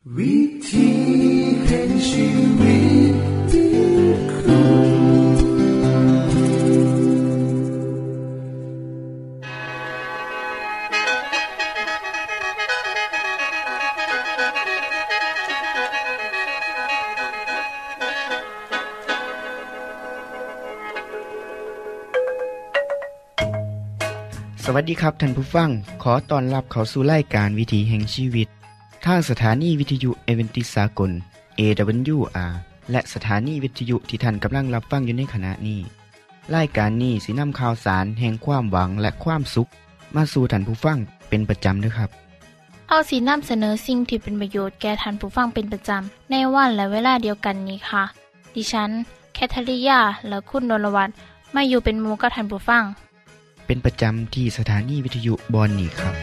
วิธีแห่งชีวิตที่คุณสวัสดีครับท่านผู้ฟังขอต้อนรับเข้าสู่รายการวิถีแห่งชีวิตทางสถานีวิทยุเอเวนติสากล AWR และสถานีวิทยุที่ท่านกำลังรับฟังอยู่ในขณะนี้รายการนี้สินำข่าวสารแห่งความหวังและความสุขมาสู่ท่านผู้ฟังเป็นประจำด้วยครับเอาสินำเสนอสิ่งที่เป็นประโยชน์แก่ท่านผู้ฟังเป็นประจำในวันและเวลาเดียวกันนี้ค่ะดิฉันแคทริยาและคุณนรวัตรมาอยู่เป็นหมู่กับท่านผู้ฟังเป็นประจำที่สถานีวิทยุบอนนี่ครับ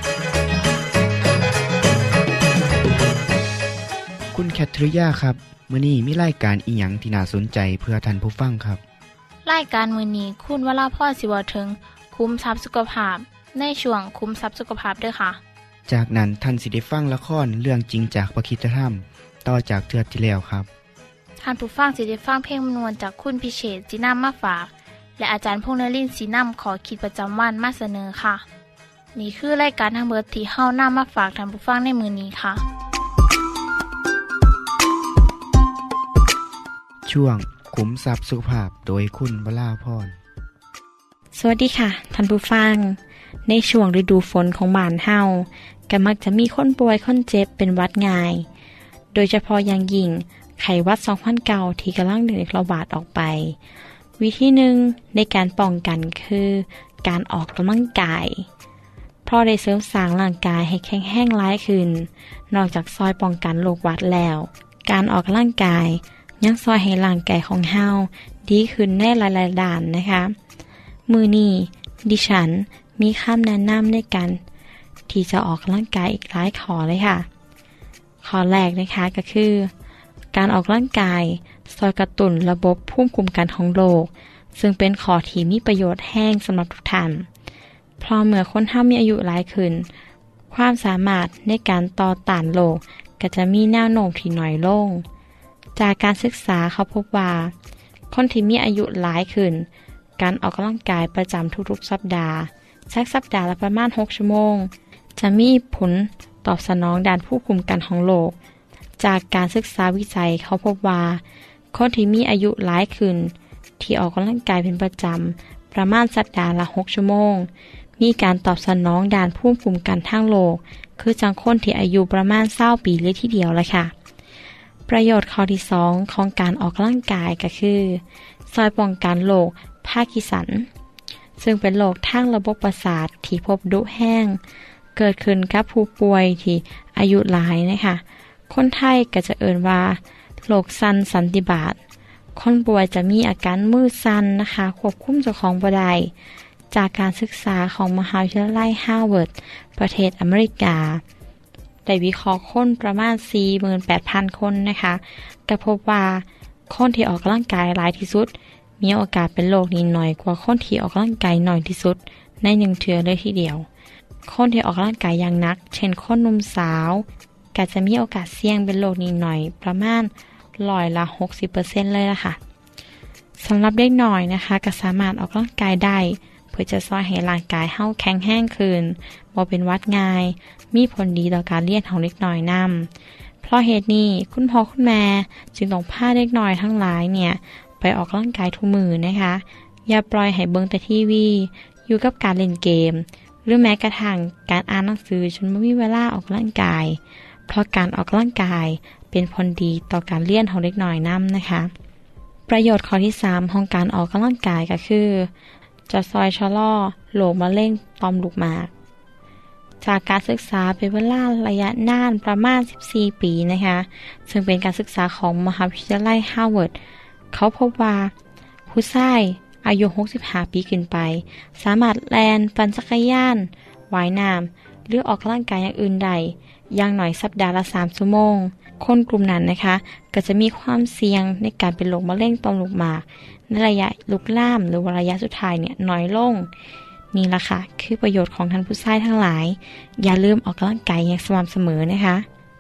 คุณแคทริยาครับมื้อนี้มีรายการอีหยังที่น่าสนใจเพื่อท่านผู้ฟังครับรายการมื้อนี้คุณวราพรสิเว้าถึงคุ้มทรัพย์สุขภาพในช่วงคุ้มทรัพย์สุขภาพด้วยค่ะจากนั้นท่านสิได้ฟังละครเรื่องจริงจากพระคริสตธรรมต่อจากเทื่อที่แล้วครับท่านผู้ฟังสิได้ฟังเพลงมนวนจากคุณพิเชษฐ์สินำมาฝากและอาจารย์พงษ์นฤมลศรีนำขอคิดประจำวันมาเสนอค่ะนี่คือรายการทั้งหมดที่เฮานำมาฝากท่านผู้ฟังในมื้อนี้ค่ะช่วงขุมทรัพย์สุขภาพโดยคุณวราพรสวัสดีค่ะท่านผู้ฟังในช่วงฤดูฝนของบ้านเฮาก็มักจะมีคนป่วยคนเจ็บเป็นหวัดง่ายโดยเฉพาะอย่างยิ่งไข้หวัด2009ที่กำลังเดินระบาดออกไปวิธีหนึ่งในการป้องกันคือการออกกำลังกายเพราะได้เสริมสร้างร่างกายให้แข็งแรงหลายขึ้นนอกจากซอยป้องกันโรคหวัดแล้วการออกกำลังกายยังซอยให้ร่างกายของเฮาดีขึ้นในหลายๆด้านนะคะมื้อนี้ดิฉันมีคำแนะนำในการที่จะออกกำลังกายอีกหลายข้อเลยค่ะข้อแรกนะคะก็คือการออกกำลังกายซอยกระตุ้นระบบภูมิคุ้มกันของโรคซึ่งเป็นข้อที่มีประโยชน์แห้งสำหรับทุกท่านเพราะเมื่อคนเฮามีอายุหลายขึ้นความสามารถในการต่อต้านโรคก็จะมีแนวโน้มที่น้อยลงจากการศึกษาเขาพบว่าคนที่มีอายุหลายขึ้นการออกกำลังกายประจำทุกๆสัปดาห์สักสัปดาห์ละประมาณ6ชั่วโมงจะมีผลตอบสนองด้านภูมิคุ้มกันของโรคจากการศึกษาวิจัยเขาพบว่าคนที่มีอายุหลายขึ้นที่ออกกำลังกายเป็นประจำประมาณสัปดาห์ละ6ชั่วโมงมีการตอบสนองด้านภูมิคุ้มกันทางโรคคือจังคนที่อายุประมาณ20ปีเลยทีเดียวละค่ะประโยชน์ข้อที่2ของการออกกำลังกายก็คือซอยป้องกันโรคพาร์กินสันซึ่งเป็นโรคทางระบบประสาทที่พบดุแห้งเกิดขึ้นกับผู้ป่วยที่อายุหลายนะคะคนไทยก็จะเอ่ยว่าโรคสั่นสันติบาตคนป่วยจะมีอาการมือสั่นนะคะควบคุมเจ้าของบ่ได้จากการศึกษาของมหาวิทยาลัยฮาร์วาร์ดประเทศอเมริกาได้วิเคราะห์คนประมาณ 48,000 คนนะคะก็พบว่าคนที่ออกกำลังกายหลายที่สุดมีโอกาสเป็นโรคนี้น้อยกว่าคนที่ออกกำลังกายน้อยที่สุดใน1เทื่อเลยทีเดียวคนที่ออกกำลังกายอย่างหนักเช่นคนหนุ่มสาวก็จะมีโอกาสเสี่ยงเป็นโรคนี้หน่อยประมาณ60% เลยล่ะค่ะสำหรับเด็กน้อยนะคะก็สามารถออกกำลังกายได้เพื่อจะช่วยให้ร่างกายเฮาแข็งแรงขึ้นบ่เป็นหวัดง่ายมีผลดีต่อการเรียนของเด็กน้อยนำเพราะเหตุนี้คุณพ่อคุณแม่จึงต้องพาเด็กน้อยทั้งหลายเนี่ยไปออกกำลังกายทุกมื้อนะคะอย่าปล่อยให้เบิ่งแต่ทีวีอยู่กับการเล่นเกมหรือแม้กระทั่งการอ่านหนังสือจนไม่มีเวลาออกกำลังกายเพราะการออกกำลังกายเป็นผลดีต่อการเรียนของเด็กน้อยนำนะคะประโยชน์ข้อที่3ของการออกกำลังกายก็คือจะซอยชะลอโรคมะเร็งต่อมลูกหมากจากการศึกษาเป็นเวลาระยะนานประมาณ14ปีนะคะซึ่งเป็นการศึกษาของมหาวิทยาลัยฮาร์วาร์ดเขาพบว่าผู้ชายอายุ65ปีขึ้นไปสามารถแล่นปั่นจักรยานว่ายน้ำหรือออกกำลังกายอย่างอื่นได้อย่างหน่อยสัปดาห์ละ3ชั่วโมงคนกลุ่มนั้นนะคะก็จะมีความเสี่ยงในการเป็นโรคมะเร็งต่อมลูกหมากในระยะลุกลามหรือว่าระยะสุดท้ายเนี่ยน้อยลงนี่ล่ะค่ะคือประโยชน์ของท่านผู้ชายทั้งหลายอย่าลืมออกกำลังกายอย่างสม่ำเสมอนะคะ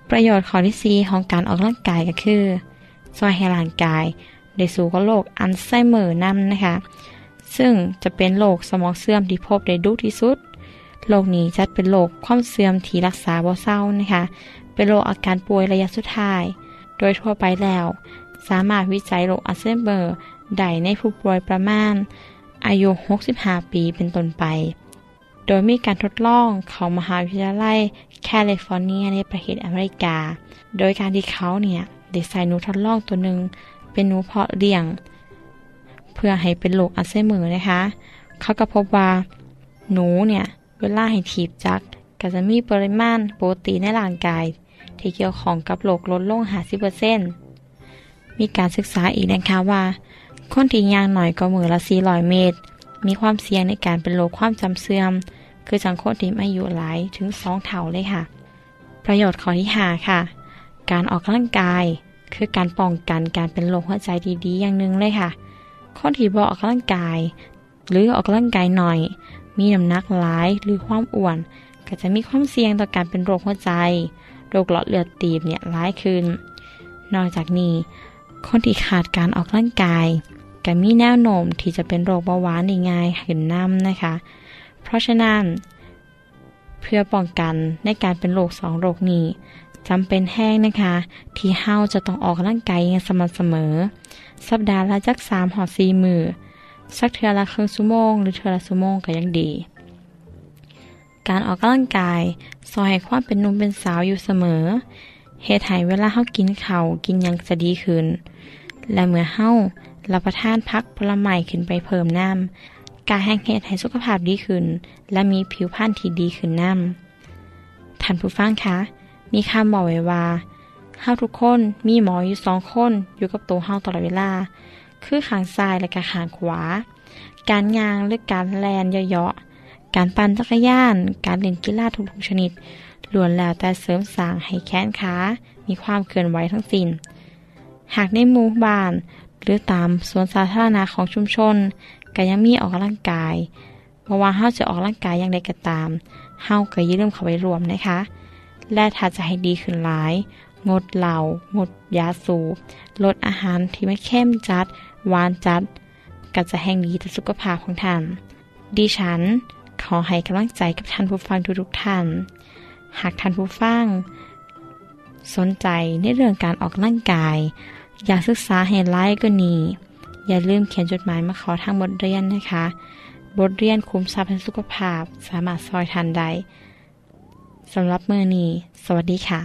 ประโยชน์ข้อที่4ของการออกกำลังกายก็คือช่วยให้ร่างกายได้สู้กับโรคอัลไซเมอร์นำนะคะซึ่งจะเป็นโรคสมองเสื่อมที่พบได้ดุที่สุดโรคนี้จัดเป็นโรคความเสื่อมที่รักษาบ่เศร้านะคะเป็นโรคอาการป่วยระยะสุดท้ายโดยทั่วไปแล้วสามารถวิจัยโรคอัลไซเมอร์ได้ในผู้ป่วยประมาณอายุ65ปีเป็นต้นไปโดยมีการทดลองของมหาวิทยาลัยแคลิฟอร์เนียในประเทศอเมริกาโดยการที่เขาเนี่ยได้ใส่หนูทดลองตัวหนึ่งเป็นหนูเพาะเลี้ยงเพื่อให้เป็นโรคอัลไซเมอร์นะคะเขาก็พบว่าหนูเนี่ยเวลาให้ถีบจักรก็จะมีปริมาณโปรตีนในร่างกายที่เกี่ยวข้องกับโรคลดลง 50% มีการศึกษาอีกนะคะว่าคนที่ย่างหน่อยก็มือละ400 เมตรมีความเสี่ยงในการเป็นโรคความจำเสื่อมคือจังคนที่อายุหลายถึง2 เท่าเลยค่ะประโยชน์ข้อที่5ค่ะการออกกำลังกายคือการป้องกันการเป็นโรคหัวใจดีๆอย่างหนึ่งเลยค่ะคนที่บ่ออกกำลังกายหรือออกกำลังกายหน่อยมีน้ำหนักหลายหรือความอ้วนก็จะมีความเสี่ยงต่อการเป็นโรคหัวใจโรคหลอดเลือดตีบเนี่ยร้ายขึ้นนอกจากนี้คนที่ขาดการออกกำลังกายก็มีแนวโน้มที่จะเป็นโรคเบาหวานได้ง่ายขึ้นนำนะคะเพราะฉะนั้นเพื่อป้องกันในการเป็นโรค2 โรคนี้จำเป็นแห้งนะคะที่เฮาจะต้องออกกำลังกายอย่างสม่ำเสมอสัปดาห์ละจัก 3-4 มื้อสักเทื่อละครึ่งชั่วโมงหรือเทื่อละชั่วโมงก็ยังดีการออกกำลังกายซอยให้ความเป็นหนุ่มเป็นสาวอยู่เสมอเฮ็ดให้เวลาเฮากินข้าวกินหยังจะดีขึ้นและเมื่อเฮารับประทานผักผลไม้ขึ้นไปเพิ่มน้ำการแห้งเฮ็ดให้สุขภาพดีขึ้นและมีผิวพรรณที่ดีขึ้นน้ำท่านผู้ฟังคะมีคำบอกไว้ว่าเฮาทุกคนมีหมออยู่2 คนอยู่กับตัวเฮาตลอดเวลาคือข้างซ้ายและก็ข้างขวาการย่างหรือการแล่นเหาะๆการปั่นจักรยานการเล่นกีฬาทุกๆชนิดล้วนแล้วแต่เสริมสร้างให้แขนขามีความเคลื่อนไหวทั้งสิ้นหากในหมู่บ้านหรือตามสวนสาธารณะของชุมชนก็ยังมีออกกำลังกายเพราะว่าเฮาจะออกกำลังกายอย่างใดก็ตามเฮาก็อย่าลืมเข้าไปร่วมนะคะและถ้าจะให้ดีขึ้นหลายงดเหล้างดยาสูบลดอาหารที่ไม่เข้มจัดหวานจัดก็จะแห่งดีต่อสุขภาพของท่านดิฉันขอให้กำลังใจกับท่านผู้ฟังทุกๆท่านหากท่านผู้ฟังสนใจในเรื่องการออกกำลังกายอยากศึกษาให้หลายกว่านี้อย่าลืมเขียนจดหมายมาขอทางบทเรียนนะคะบทเรียนคุ้มทรัพย์แห่งสุขภาพสามารถซอยทันได้สำหรับมื้อนี้สวัสดีค่ะ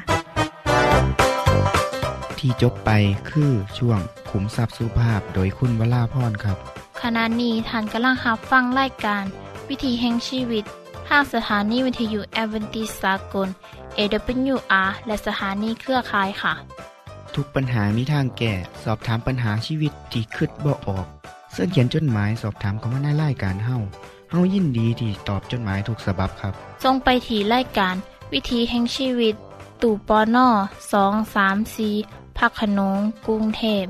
ที่จบไปคือช่วงขุมทรัพย์สุภาพโดยคุณวราพรครับขณะนี้ท่านกำลังรับฟังรายการวิถีแห่งชีวิตทางสถานีวิทยุแอดเวนทิสต์สากล AWR และสถานีเครือข่ายค่ะทุกปัญหามีทางแก้สอบถามปัญหาชีวิตที่คิดบ่ออกเสิร์ชเขียนจดหมายสอบถามเข้ามาในรายการเฮายินดีที่ตอบจดหมายทุกฉบับครับส่งไปที่รายการวิถีแห่งชีวิตตู้ปน234พักขนงกรุงเทพ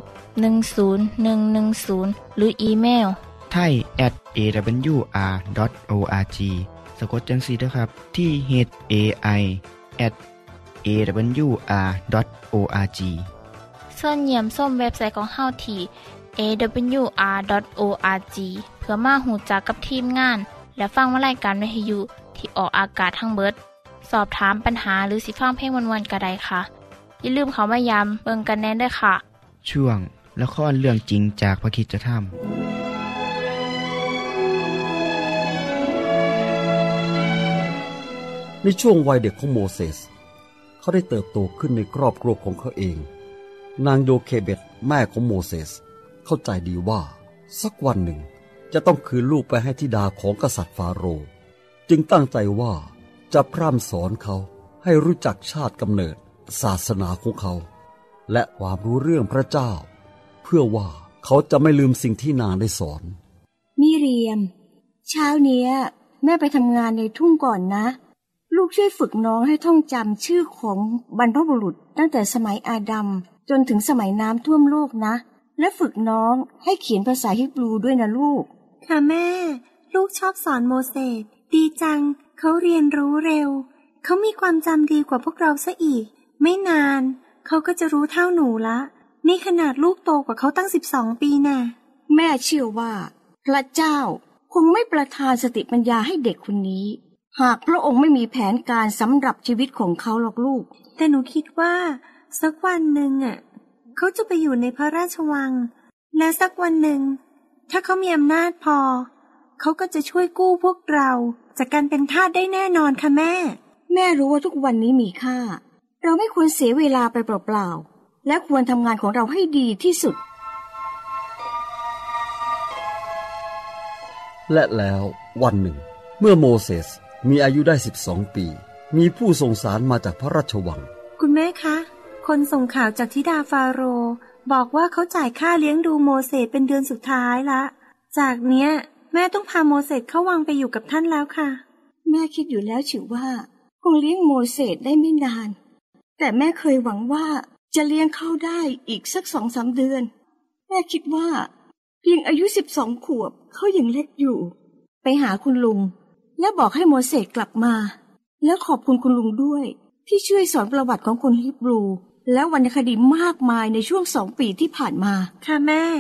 10110หรืออีเมล thai@awr.org สะกดจังซี่เด้อครับที่ hai@awr.org เชิญเยี่ยมชมเว็บไซต์ของเฮาที่ awr.org เพื่อมาฮู้จักกับทีมงานและฟังรายการวิทยุที่ออกอากาศทั้งเบิดสอบถามปัญหาหรือสิฟังเพลงม่วนๆก็ได้ค่ะอย่าลืมเข้ามาย้ำเบิ่งกันแน่ด้วยค่ะช่วงละครเรื่องจริงจากพระคริสตธรรมในช่วงวัยเด็กของโมเสสเขาได้เติบโตขึ้นในครอบครัวของเขาเองนางโยเคเบตแม่ของโมเสสเข้าใจดีว่าสักวันหนึ่งจะต้องคืนลูกไปให้ธิดาของกษัตริย์ฟาโรห์จึงตั้งใจว่าจะพร่ำสอนเขาให้รู้จักชาติกำเนิดศาสนาของเขาและความรู้เรื่องพระเจ้าเพื่อว่าเขาจะไม่ลืมสิ่งที่นางได้สอนมิเรียมเช้าเนี้ยแม่ไปทำงานในทุ่งก่อนนะลูกช่วยฝึกน้องให้ท่องจำชื่อของบรรพบุรุษตั้งแต่สมัยอาดัมจนถึงสมัยน้ำท่วมโลกนะและฝึกน้องให้เขียนภาษาฮีบรูด้วยนะลูกค่ะแม่ลูกชอบสอนโมเสสดีจังเขาเรียนรู้เร็วเขามีความจำดีกว่าพวกเราซะอีกไม่นานเขาก็จะรู้เท่าหนูละนี่ขนาดลูกโตกว่าเขาตั้ง12 ปีแน่แม่เชื่อว่าพระเจ้าคงไม่ประทานสติปัญญาให้เด็กคนนี้หากพระองค์ไม่มีแผนการสำหรับชีวิตของเขาหรอกลูกแต่หนูคิดว่าสักวันหนึ่งเขาจะไปอยู่ในพระราชวังและสักวันหนึ่งถ้าเขามีอำนาจพอเขาก็จะช่วยกู้พวกเราจากการเป็นทาสได้แน่นอนค่ะแม่รู้ว่าทุกวันนี้มีค่าเราไม่ควรเสียเวลาไปเปล่าๆและควรทำงานของเราให้ดีที่สุดและแล้ววันหนึ่งเมื่อโมเสสมีอายุได้12 ปีมีผู้ส่งสารมาจากพระราชวังคุณแม่คะคนส่งข่าวจากธิดาฟาโรห์บอกว่าเขาจ่ายค่าเลี้ยงดูโมเสสเป็นเดือนสุดท้ายละจากเนี้ยแม่ต้องพาโมเสสเข้าวังไปอยู่กับท่านแล้วค่ะแม่คิดอยู่แล้วฉิวว่าคงเลี้ยงโมเสสได้ไม่นานแต่แม่เคยหวังว่าจะเลี้ยงเขาได้อีกสัก 2-3 เดือนแม่คิดว่าเพียงอายุ12 ขวบเขายังเล็กอยู่ไปหาคุณลุงและบอกให้โมเสสกลับมาแล้วขอบคุณคุณลุงด้วยที่ช่วยสอนประวัติของคนฮีบรูและวรรณคดีมากมายในช่วง2 ปีที่ผ่านมาค่ะแม่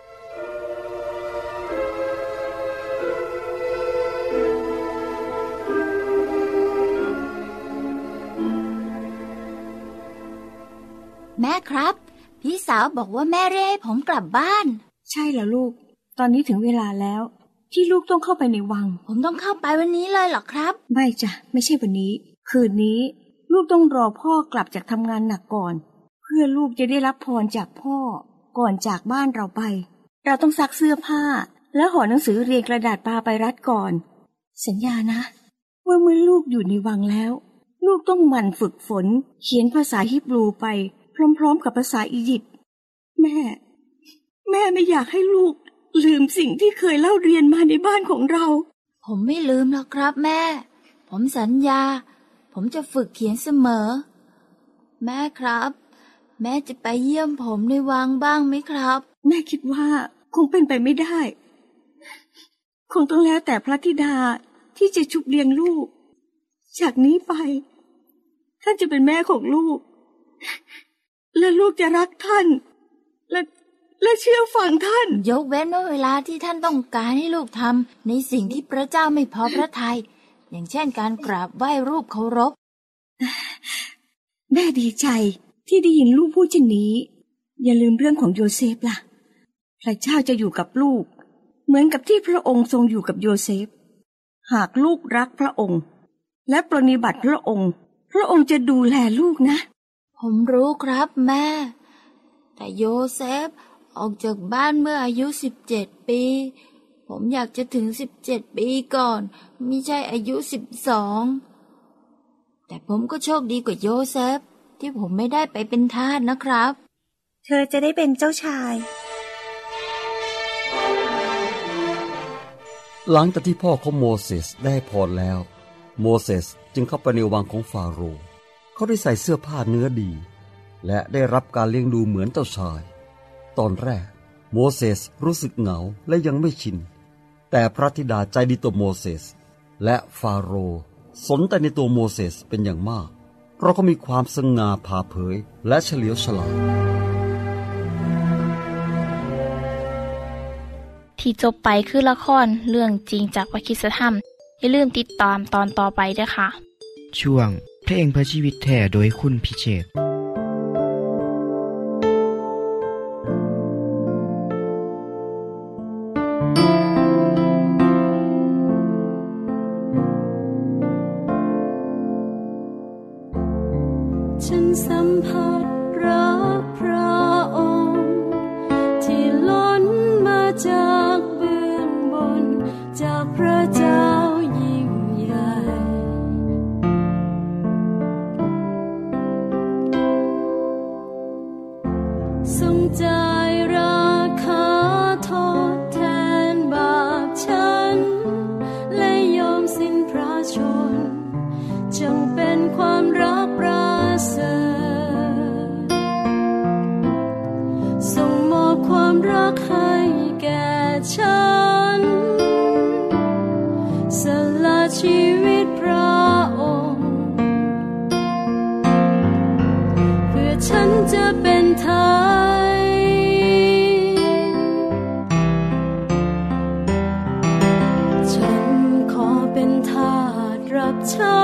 แม่ครับพี่สาวบอกว่าแม่เรียกให้ผมกลับบ้านใช่แล้วลูกตอนนี้ถึงเวลาแล้วที่ลูกต้องเข้าไปในวังผมต้องเข้าไปวันนี้เลยเหรอครับไม่จ้ะไม่ใช่วันนี้คืนนี้ลูกต้องรอพ่อกลับจากทำงานหนักก่อนเพื่อลูกจะได้รับพรจากพ่อก่อนจากบ้านเราไปเราต้องซักเสื้อผ้าและห่อหนังสือเรียงกระดาษปาไปรัดก่อนสัญญานะว่าเมื่อลูกอยู่ในวังแล้วลูกต้องหมั่นฝึกฝนเขียนภาษาฮีบรูไปพร้อมๆกับภาษาอียิปต์แม่ไม่อยากให้ลูกลืมสิ่งที่เคยเล่าเรียนมาในบ้านของเราผมไม่ลืมหรอกครับแม่ผมสัญญาผมจะฝึกเขียนเสมอแม่ครับแม่จะไปเยี่ยมผมในวังบ้างไหมครับแม่คิดว่าคงเป็นไปไม่ได้คงต้องแล้วแต่พระธิดาที่จะชุบเลี้ยงลูกจากนี้ไปท่านจะเป็นแม่ของลูกและลูกจะรักท่านและเชื่อฟังท่านยกเว้นเวลาที่ท่านต้องการให้ลูกทำในสิ่งที่พระเจ้าไม่พอพระทัยอย่างเช่นการกราบไหว้รูปเคารพแม่ดีใจที่ได้ยินลูกพูดเช่นนี้อย่าลืมเรื่องของโยเซฟล่ะพระเจ้าจะอยู่กับลูกเหมือนกับที่พระองค์ทรงอยู่กับโยเซฟหากลูกรักพระองค์และปรนนิบัติพระองค์จะดูแลลูกนะผมรู้ครับแม่แต่โยเซฟออกจากบ้านเมื่ออายุ17 ปีผมอยากจะถึง17 ปีก่อนไม่ใช่อายุ12แต่ผมก็โชคดีกว่าโยเซฟที่ผมไม่ได้ไปเป็นทาสนะครับเธอจะได้เป็นเจ้าชายหลังจากที่พ่อของโมเสสได้พรแล้วโมเสสจึงเข้าไปในวังของฟาโรห์เขาได้ใส่เสื้อผ้าเนื้อดีและได้รับการเลี้ยงดูเหมือนเจ้าชายตอนแรกโมเสสรู้สึกเหงาและยังไม่ชินแต่พระธิดาใจดีต่อโมเสสและฟาโรห์สนใจในตัวโมเสสเป็นอย่างมากเพราะเขามีความสง่าผ่าเผยและเฉลียวฉลาดที่จบไปคือละครเรื่องจริงจากพระคริสตธรรมอย่าลืมติดตามตอนต่อไปด้วยค่ะช่วงเพลงเพื่อชีวิตแท้โดยคุณพิเชษฐ์ฉันสัมผัสรักพระองค์ที่ล้นมาจากเบื้องบนจากพระเจ้ายิ่งใหญ่ทรงจ่ายราคาทดแทนบาปฉันและยอมสิ้นพระชนจงเป็นความรักประเสริฐทรงมอบความรักให้แก่ฉันสละชีวิตพระองค์ไทยฉันขอเป็นทาสรับใช้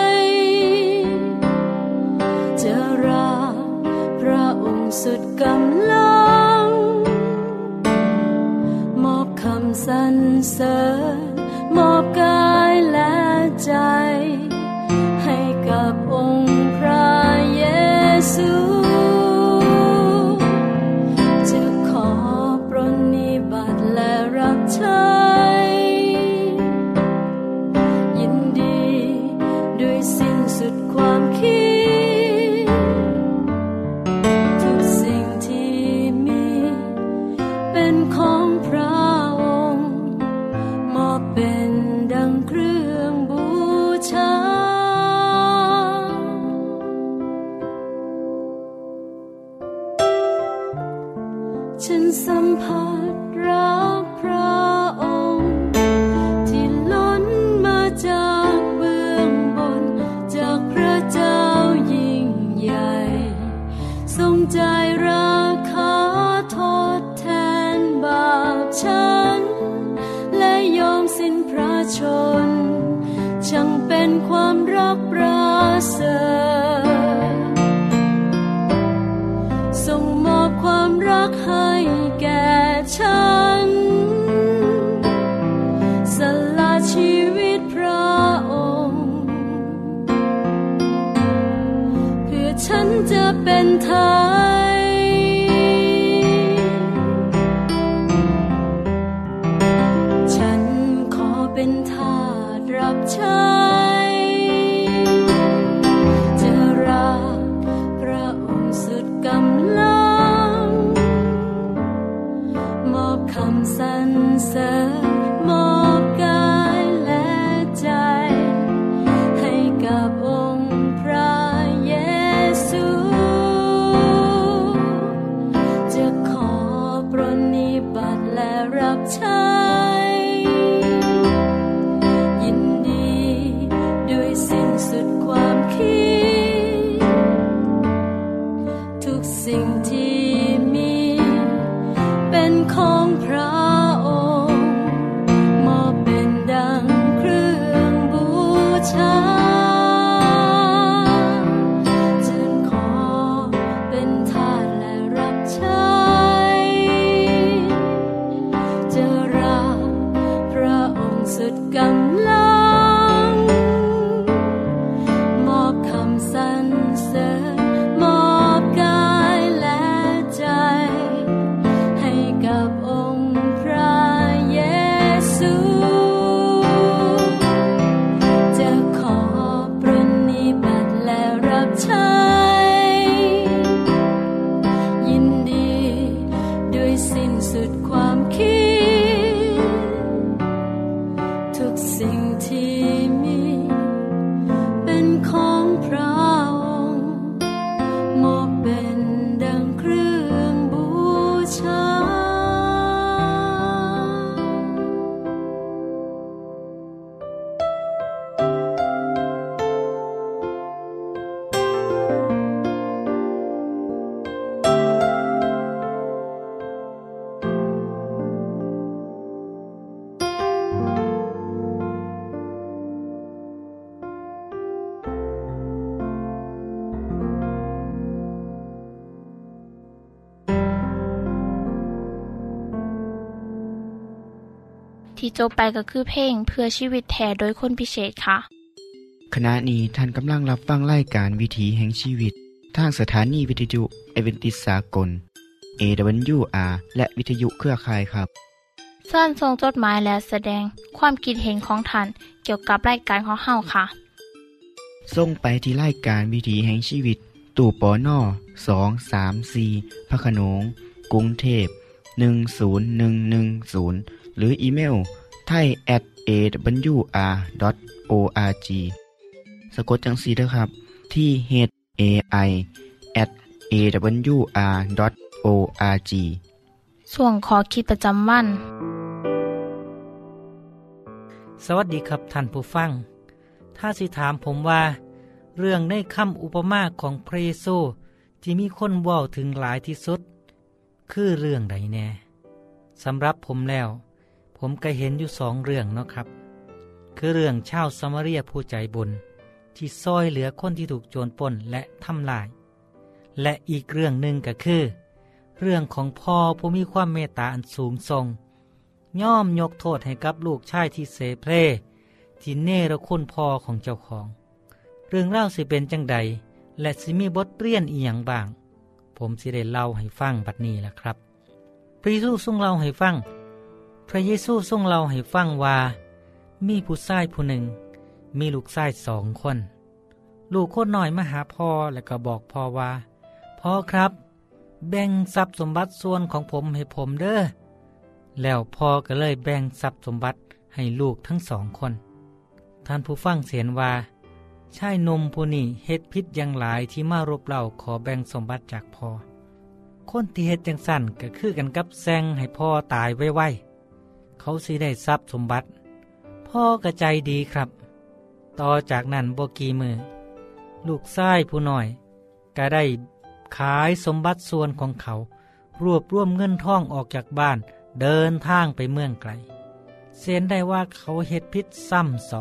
จะรักพระองค์สุดกำลังมอบคำสรรเสริญมอบกายและใจให้กับองค์พระเยซูจะขอปรนนิบัติและรับใช้ยินดีด้วยสิ้นสุดความคิดทุกสิ่งที่มีเป็นของพระองค์มอบเป็นดังเครื่องบูชาฉันสัมผัสรักพระองค์ที่ล้นมาจากเบื้องบนจากพระเจ้ายิ่งใหญ่ทรงใจราคาทดแทนบาปฉันและยอมสิ้นพระชนช่างเป็นความรักประเสริฐทรงมอบความรักให้แก่ฉันสละชีวิตพระองค์เพื่อฉันจะเป็นไทยฉันขอเป็นทาสรับใช้จะรักพระองค์สุดกำลังมอบคำสรรเสริญมอบกายและใจให้กับองค์พระเยซูจะขอปรนนิบัติและรับใช้ยินดีด้วยสิ้นสุดความคิดทุกสิ่งที่มีเป็นของพระองค์มอบเป็นดังเครื่องบูชาฉันขอเป็นทาสและรับใช้จะรักพระองค์สุดกำลังมอบคำสรรเสริญมอบกายและใจให้กับองค์พระเยซูจะขอปรนนิบัติและรับใช้ยินดีด้วยสิ้นสุดความคิดทุกสิ่งที่มีเป็นของพระองค์มอบเป็นดังเครื่องบูชาที่จบไปก็คือเพลงเพื่อชีวิตแท้โดยคนพิเศษค่ะขณะนี้ท่านกำลังรับฟังรายการวิถีแห่งชีวิตทางสถานีวิทยุเอเวนติสากล AWR และวิทยุเครือข่ายครับเชิญส่งจดหมายและแสดงความคิดเห็นของท่านเกี่ยวกับรายการของเฮาค่ะส่งไปที่รายการวิถีแห่งชีวิตตู้ปน234พระโขนงกรุงเทพ10110หรืออีเมล thai@awr.org สะกดจังสีเด้อครับที่ hai@awr.org ส่วนขอคิดประจำวันสวัสดีครับท่านผู้ฟังถ้าสิถามผมว่าเรื่องในคำอุปมาของพระเยซูที่มีคนเว้าถึงหลายที่สุดคือเรื่องใดแน่สำหรับผมแล้วผมก็เห็นอยู่2 เรื่องเนาะครับคือเรื่องชาวซามาเรียผู้ใจบุญที่ซอยเหลือคนที่ถูกโจรปล้นและทำลายและอีกเรื่องหนึ่งก็คือเรื่องของพ่อผู้มีความเมตตาอันสูงส่งย่อมยกโทษให้กับลูกชายที่เสเพลที่เนรคุณพ่อของเจ้าของเรื่องเล่าสิเป็นจังใดและสิมีบทเรียนอีหยังบ้างผมสิได้เล่าให้ฟังบัดนี้ล่ะครับพระเยซูทรงเล่าให้ฟังว่ามีผู้ชายผู้หนึ่งมีลูกชาย2 คนลูกคนน้อยมาหาพ่อแล้วก็บอกพ่อว่าพ่อครับแบ่งทรัพย์สมบัติส่วนของผมให้ผมเด้อแล้วพ่อก็เลยแบ่งทรัพย์สมบัติให้ลูกทั้ง2 คนท่านผู้ฟังเห็นว่าชายหนุ่มผู้นี้เฮ็ดผิดอย่างหลายที่มารบเร้าขอแบ่งสมบัติจากพ่อคนที่เฮ็ดจังสั่นก็คือกันกับแซงให้พ่อตายไวๆเขาสิได้ทรัพย์สมบัติพ่อก็ใจดีครับต่อจากนั้นบ่กี่มื้อลูกชายผู้น้อยก็ได้ขายสมบัติส่วนของเขารวบรวมเงินทองออกจากบ้านเดินทางไปเมืองไกลเส้นได้ว่าเขาเฮ็ดผิดซ้ำ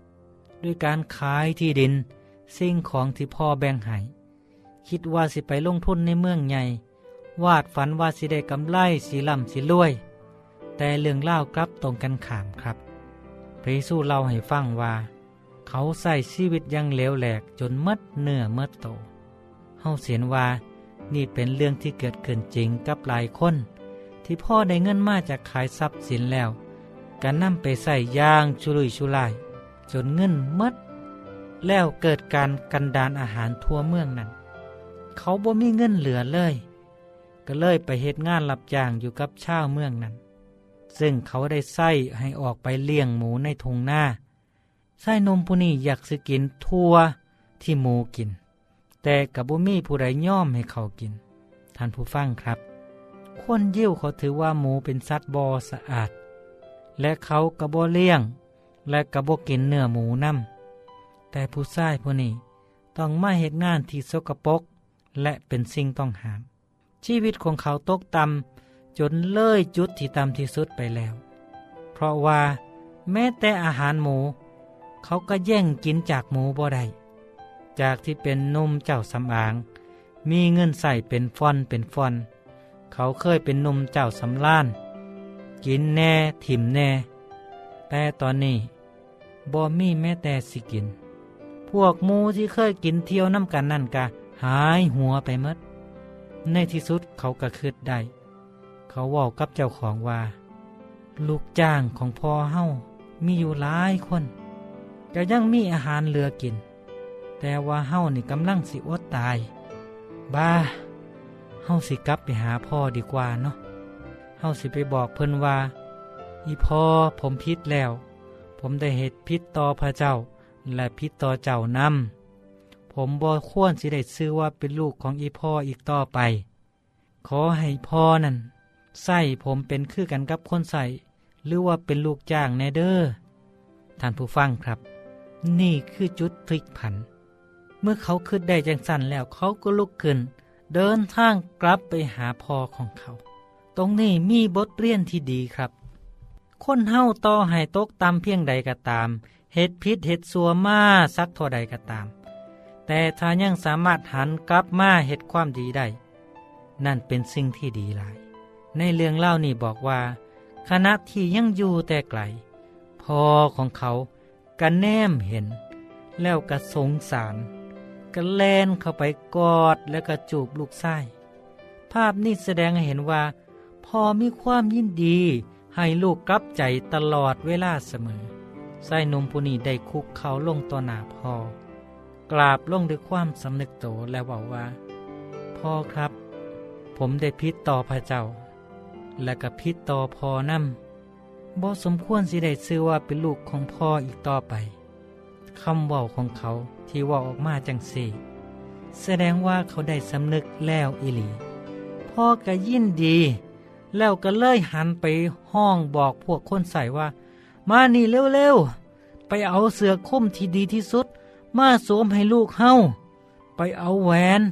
2ด้วยการขายที่ดินสิ่งของที่พ่อแบ่งให้คิดว่าสิไปลงทุนในเมืองใหญ่วาดฝันว่าสิได้กำไรสิร่ำสิรวยแต่เรื่องเล่ากลับตรงกันข้ามครับพระเยซูเล่าให้ฟังว่าเขาใส่ชีวิตอย่างเลวแหลกจนหมดเนื้อหมดตัวเฮาเห็นว่านี่เป็นเรื่องที่เกิดขึ้นจริงกับหลายคนที่พ่อได้เงินมาจากขายทรัพย์สินแล้วก็นำไปใส่อย่างชุรุ่ยชุร่ายจนเงินหมดแล้วเกิดการกันดารอาหารทั่วเมืองนั้นเขาบ่มีเงินเหลือเลยก็เลยไปเฮ็ดงานรับจ้างอยู่กับชาวเมืองนั้นซึ่งเขาได้ใส่ให้ออกไปเลี้ยงหมูในทุ่งนาชายหนุ่มผู้นี้อยากสิกินทั่วที่หมูกินแต่ก็บ่มีผู้ใดยอมให้เขากินท่านผู้ฟังครับคนยิวเขาถือว่าหมูเป็นสัตว์บ่สะอาดและเขาก็บ่เลี้ยงและก็บ่กินเนื้อหมูนำแต่ผู้ชายผู้นี้ต้องมาเฮ็ดงานที่สกปรกและเป็นสิ่งต้องห้ามชีวิตของเขาตกต่ำจนเลยจุดที่ต่ำที่สุดไปแล้วเพราะว่าแม้แต่อาหารหมูเขาก็แย่งกินจากหมูบ่ได้จากที่เป็นหนุ่มเจ้าสำอางมีเงินใส่เป็นฟอนเขาเคยเป็นหนุ่มเจ้าสำล้านกินแน่ถิ่มแน่แต่ตอนนี้บ่มีแม้แต่สิกินพวกหมูที่เคยกินเที่ยวน้ำกันนั่นกะหายหัวไปหมดในที่สุดเขาก็คิดได้เขาบอกกับเจ้าของว่าลูกจ้างของพ่อเฮามีอยู่หลายคนก็ยังมีอาหารเหลือกินแต่ว่าเฮานี่กำลังสิอดตายบ้าเฮาสิกลับไปหาพ่อดีกว่าเนาะเฮาสิไปบอกเพิ่นว่าอีพ่อผมผิดแล้วผมได้เฮ็ดผิดต่อพระเจ้าและผิดต่อเจ้านำผมบ่ควรสิได้ชื่อว่าเป็นลูกของอีพ่ออีกต่อไปขอให้พ่อนั่นใส่ผมเป็นคือกันกับคนใส่หรือว่าเป็นลูกจ้างแน่เด้อท่านผู้ฟังครับนี่คือจุดพลิกผันเมื่อเขาคิดได้จังสั่นแล้วเขาก็ลุกขึ้นเดินทางกลับไปหาพ่อของเขาตรงนี้มีบทเรียนที่ดีครับคนเฮาต่อให้ตกต่ำเพียงใดก็ตามเฮ็ดผิดเฮ็ดชั่วมาสักเท่าใดก็ตามแต่ถ้ายังสามารถหันกลับมาเฮ็ดความดีได้นั่นเป็นสิ่งที่ดีหลายในเรื่องเล่านี่บอกว่าขณะที่ยังอยู่แต่ไกลพ่อของเขาก็แนมเห็นแล้วก็สงสารก็แล่นเข้าไปกอดแล้วก็จูบลูกชายภาพนี้แสดงให้เห็นว่าพ่อมีความยินดีให้ลูกกลับใจตลอดเวลาเสมอชายหนุ่มผู้นี้ได้คุกเข่าลงต่อหน้าพ่อกราบลงด้วยความสำนึกโตและบอกว่าพ่อครับผมได้ผิดต่อพระเจ้าและก็ผิดต่อพ่อนำบ่สมควรสิได้ชื่อว่าเป็นลูกของพ่ออีกต่อไปคำเว้าของเขาที่เว้าออกมาจังซี่แสดงว่าเขาได้สำนึกแล้วอีหลีพ่อก็ยินดีแล้วก็เลยหันไปห้องบอกพวกคนใส่ว่ามานี่เร็วๆไปเอาเสื้อคลุมที่ดีที่สุดมาสวมให้ลูกเฮาไปเอาแหวน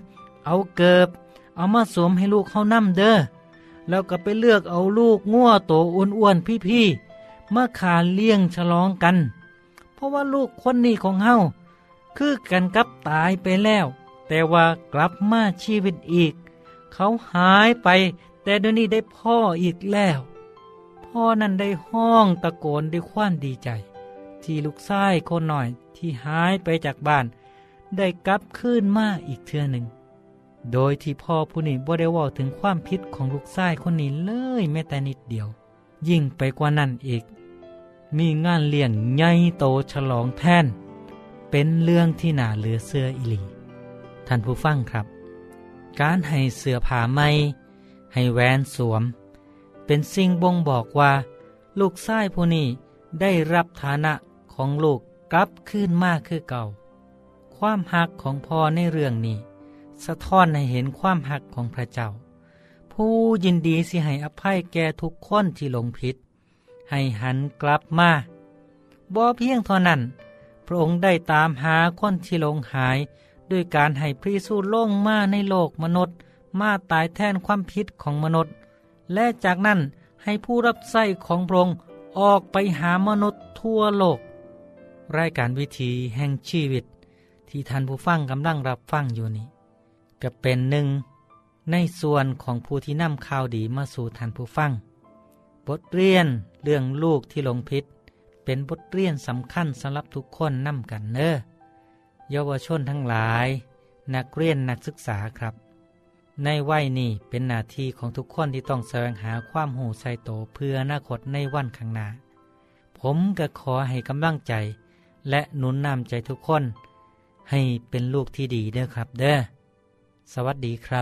เอาเกิบเอามาสวมให้ลูกเฮานำเด้อแล้วก็ไปเลือกเอาลูกงัวโตอ้วนๆพี่ๆมาขาเลี้ยงฉลองกันเพราะว่าลูกคนนี้ของเฮาคือกันกับตายไปแล้วแต่ว่ากลับมาชีวิตอีกเขาหายไปแต่เดี๋ยวนี้ได้พ่ออีกแล้วพ่อนั้นได้ห้องตะโกนด้วยความดีใจที่ลูกชายคนหน่อยที่หายไปจากบ้านได้กลับคืนมาอีกเทื่อหนึ่งโดยที่พ่อผู้นี้บ่ได้เว้าถึงความผิดของลูกชายคนนี้เลยแม้แต่นิดเดียวยิ่งไปกว่านั้นอีกมีงานเลี้ยงใหญ่โตฉลองแทนเป็นเรื่องที่น่าเหลือเชื่ออีหลีท่านผู้ฟังครับการให้เสื้อผ้าใหม่ให้แหวนสวมเป็นสิ่งบ่งบอกว่าลูกชายผู้นี้ได้รับฐานะของลูกกลับคืนมาคือเก่าความหักของพ่อในเรื่องนี้สะท้อนให้เห็นความหักของพระเจ้าผู้ยินดีสิให้อภัยแก่ทุกคนที่หลงผิดให้หันกลับมาบ่เพียงเท่านั้นพระองค์ได้ตามหาคนที่หลงหายด้วยการให้พระเยซูลงมาในโลกมนุษย์มาตายแทนความผิดของมนุษย์และจากนั้นให้ผู้รับใช้ของพระองค์ออกไปหามนุษย์ทั่วโลกรายการวิถีแห่งชีวิตที่ท่านผู้ฟังกำลังรับฟังอยู่นี้ก็เป็นหนึ่งในส่วนของผู้ที่นำข่าวดีมาสู่ท่านผู้ฟังบทเรียนเรื่องลูกที่หลงผิดเป็นบทเรียนสำคัญสำหรับทุกคนนำกันเนอะเยาวชนทั้งหลายนักเรียนนักศึกษาครับในวัยนี้เป็นหน้าที่ของทุกคนที่ต้องแสวงหาความรู้ใส่โตเพื่ออนาคตในวันข้างหน้าผมก็ขอให้กำลังใจและหนุนนำใจทุกคนให้เป็นลูกที่ดีเด้อครับเด้อสวัสดีครับ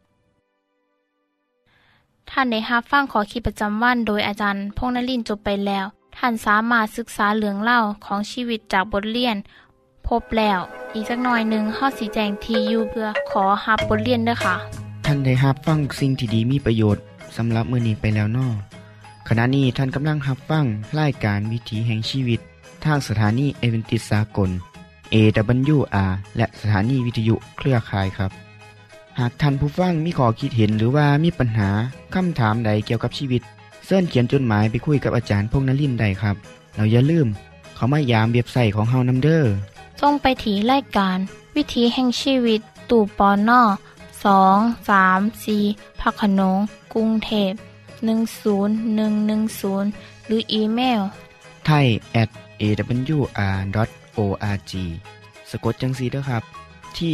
ท่านได้รับฟังขอคิดประจำวันโดยอาจารย์พงษ์นฤมลจบไปแล้วท่านสามารถศึกษาเรื่องเล่าของชีวิตจากบทเรียนพบแล้วอีกสักหน่อยหนึ่งข้อสีแจงทีอยู่เพื่อขอรับบทเรียนด้วยค่ะท่านได้รับฟังสิ่งที่ดีมีประโยชน์สำหรับมื้อนี้ไปแล้วน้อขณะนี้ท่านกำลังรับฟังรายการวิถีแห่งชีวิตทางสถานีเอเวนติสากล AWR และสถานีวิทยุเครือข่ายครับหากท่านผู้ฟังมีข้อคิดเห็นหรือว่ามีปัญหาคำถามใดเกี่ยวกับชีวิตเชิญเขียนจดหมายไปคุยกับอาจารย์พงษ์นฤมลได้ครับเราอย่าลืมเขามายามเว็บไซต์ของเฮานำเด้อส่งไปที่รายการวิถีแห่งชีวิตตู่ปน234พระโขนงกรุงเทพ10110หรืออีเมล thai@awr.org สะกดจังซี่เด้อครับที่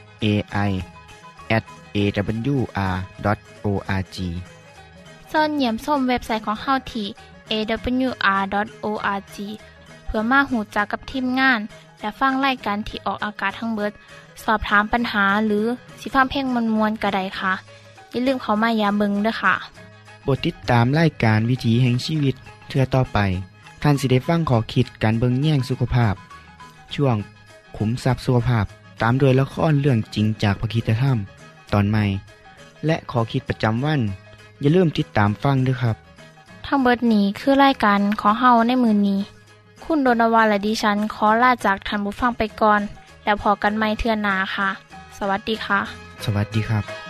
thai@awr.org เชิญเยี่ยมชมเว็บไซต์ของเฮาที่ awr.org เพื่อมาหูจักกับทีมงานและฟังรายการที่ออกอากาศทั้งเบิดสอบถามปัญหาหรือสิฟังเพลงมวลๆก็ได้ค่ะอย่าลืมเข้ามายามเบิ่งเด้อค่ะโปรดติดตามรายการวิถีแห่งชีวิตเทื่อต่อไปท่านสิได้ฟังขอคิดการเบิ่งแย่งสุขภาพช่วงขุมทรัพย์สุขภาพตามโดยละครเรื่องจริงจากพระคริสตธรรมตอนใหม่และขอคิดประจำวันอย่าลืมติดตามฟังด้วยครับทั้งเบิดนี้คือรายการของเฮาในมื้อนี้คุณโดนวาและดิฉันขอลาจากท่านผู้ฟังไปก่อนแล้วพอกันใหม่เทื่อหน้าค่ะสวัสดีค่ะสวัสดีครับ